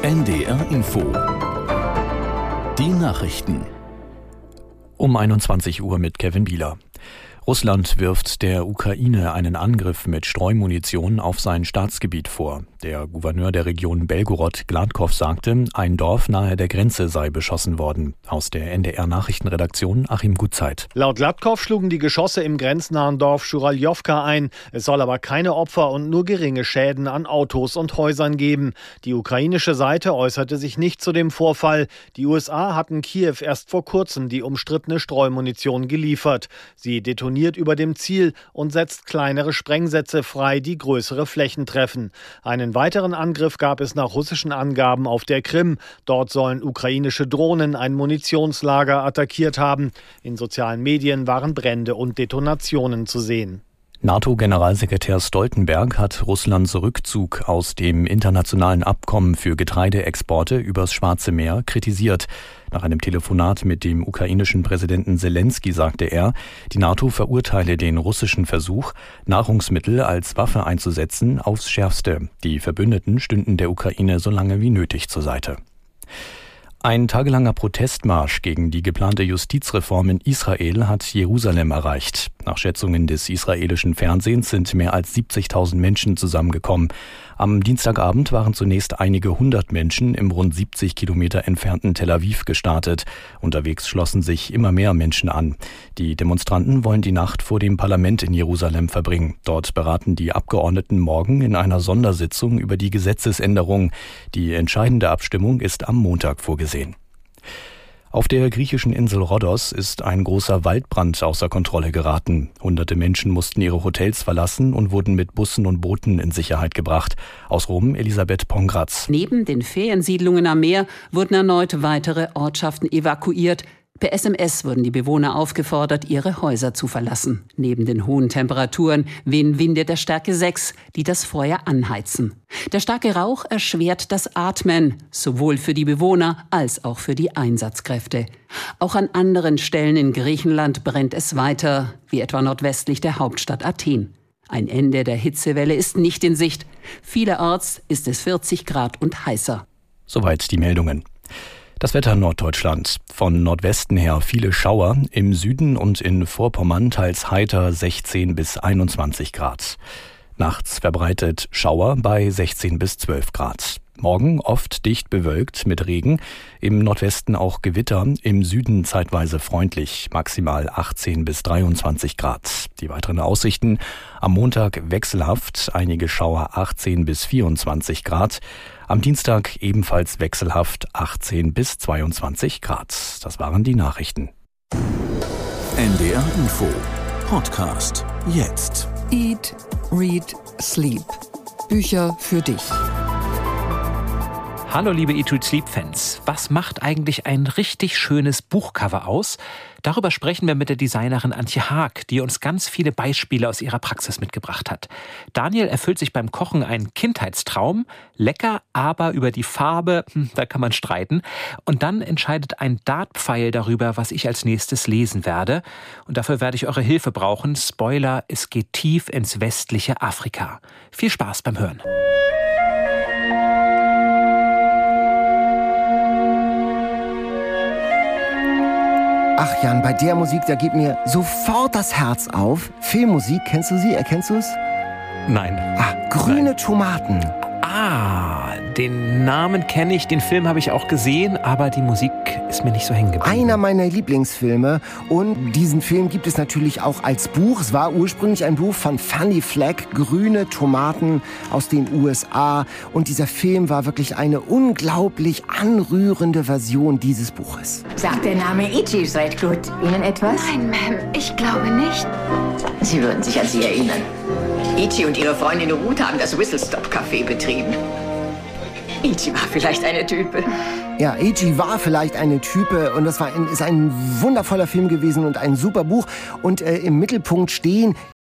NDR Info. Die Nachrichten. Um 21 Uhr mit Kevin Bieler. Russland wirft der Ukraine einen Angriff mit Streumunition auf sein Staatsgebiet vor. Der Gouverneur der Region Belgorod, Gladkov, sagte, ein Dorf nahe der Grenze sei beschossen worden. Aus der NDR-Nachrichtenredaktion Achim Gutzeit. Laut Gladkov schlugen die Geschosse im grenznahen Dorf Schuraljowka ein. Es soll aber keine Opfer und nur geringe Schäden an Autos und Häusern geben. Die ukrainische Seite äußerte sich nicht zu dem Vorfall. Die USA hatten Kiew erst vor kurzem die umstrittene Streumunition geliefert. Sie detoniert über dem Ziel und setzt kleinere Sprengsätze frei, die größere Flächen treffen. Einen weiteren Angriff gab es nach russischen Angaben auf der Krim. Dort sollen ukrainische Drohnen ein Munitionslager attackiert haben. In sozialen Medien waren Brände und Detonationen zu sehen. NATO-Generalsekretär Stoltenberg hat Russlands Rückzug aus dem internationalen Abkommen für Getreideexporte übers Schwarze Meer kritisiert. Nach einem Telefonat mit dem ukrainischen Präsidenten Selenskyj sagte er, die NATO verurteile den russischen Versuch, Nahrungsmittel als Waffe einzusetzen, aufs Schärfste. Die Verbündeten stünden der Ukraine so lange wie nötig zur Seite. Ein tagelanger Protestmarsch gegen die geplante Justizreform in Israel hat Jerusalem erreicht. Nach Schätzungen des israelischen Fernsehens sind mehr als 70.000 Menschen zusammengekommen. Am Dienstagabend waren zunächst einige hundert Menschen im rund 70 Kilometer entfernten Tel Aviv gestartet. Unterwegs schlossen sich immer mehr Menschen an. Die Demonstranten wollen die Nacht vor dem Parlament in Jerusalem verbringen. Dort beraten die Abgeordneten morgen in einer Sondersitzung über die Gesetzesänderung. Die entscheidende Abstimmung ist am Montag vorgesehen. Auf der griechischen Insel Rhodos ist ein großer Waldbrand außer Kontrolle geraten. Hunderte Menschen mussten ihre Hotels verlassen und wurden mit Bussen und Booten in Sicherheit gebracht. Aus Rom Elisabeth Pongratz. Neben den Feriensiedlungen am Meer wurden erneut weitere Ortschaften evakuiert. Per SMS wurden die Bewohner aufgefordert, ihre Häuser zu verlassen. Neben den hohen Temperaturen wehen Winde der Stärke 6, die das Feuer anheizen. Der starke Rauch erschwert das Atmen, sowohl für die Bewohner als auch für die Einsatzkräfte. Auch an anderen Stellen in Griechenland brennt es weiter, wie etwa nordwestlich der Hauptstadt Athen. Ein Ende der Hitzewelle ist nicht in Sicht. Vielerorts ist es 40 Grad und heißer. Soweit die Meldungen. Das Wetter in Norddeutschland. Von Nordwesten her viele Schauer, im Süden und in Vorpommern teils heiter 16 bis 21 Grad. Nachts verbreitet Schauer bei 16 bis 12 Grad. Morgen oft dicht bewölkt mit Regen, im Nordwesten auch Gewitter, im Süden zeitweise freundlich, maximal 18 bis 23 Grad. Die weiteren Aussichten: am Montag wechselhaft, einige Schauer 18 bis 24 Grad. Am Dienstag ebenfalls wechselhaft 18 bis 22 Grad. Das waren die Nachrichten. NDR Info Podcast jetzt. Eat, Read, Sleep. Bücher für dich. Hallo liebe Eat, Read, Sleep-Fans. Was macht eigentlich ein richtig schönes Buchcover aus? Darüber sprechen wir mit der Designerin Antje Haag, die uns ganz viele Beispiele aus ihrer Praxis mitgebracht hat. Daniel erfüllt sich beim Kochen einen Kindheitstraum. Lecker, aber über die Farbe, da kann man streiten. Und dann entscheidet ein Dartpfeil darüber, was ich als nächstes lesen werde. Und dafür werde ich eure Hilfe brauchen. Spoiler, es geht tief ins westliche Afrika. Viel Spaß beim Hören. Ach Jan, bei der Musik, da geht mir sofort das Herz auf. Filmmusik, kennst du sie? Erkennst du es? Nein. Grüne Tomaten. Den Namen kenne ich, den Film habe ich auch gesehen, aber die Musik ist mir nicht so hängen geblieben. Einer meiner Lieblingsfilme, und diesen Film gibt es natürlich auch als Buch. Es war ursprünglich ein Buch von Fannie Flagg, Grüne Tomaten aus den USA, und dieser Film war wirklich eine unglaublich anrührende Version dieses Buches. Sagt der Name E.T. Threadgood Ihnen etwas? Nein, Ma'am, ich glaube nicht. Sie würden sich an sie erinnern. E.T. und ihre Freundin Ruth haben das Whistle-Stop-Café betrieben. E.T. war vielleicht eine Type. Ja, E.T. war vielleicht eine Type, und das ist ein wundervoller Film gewesen und ein super Buch. Und im Mittelpunkt stehen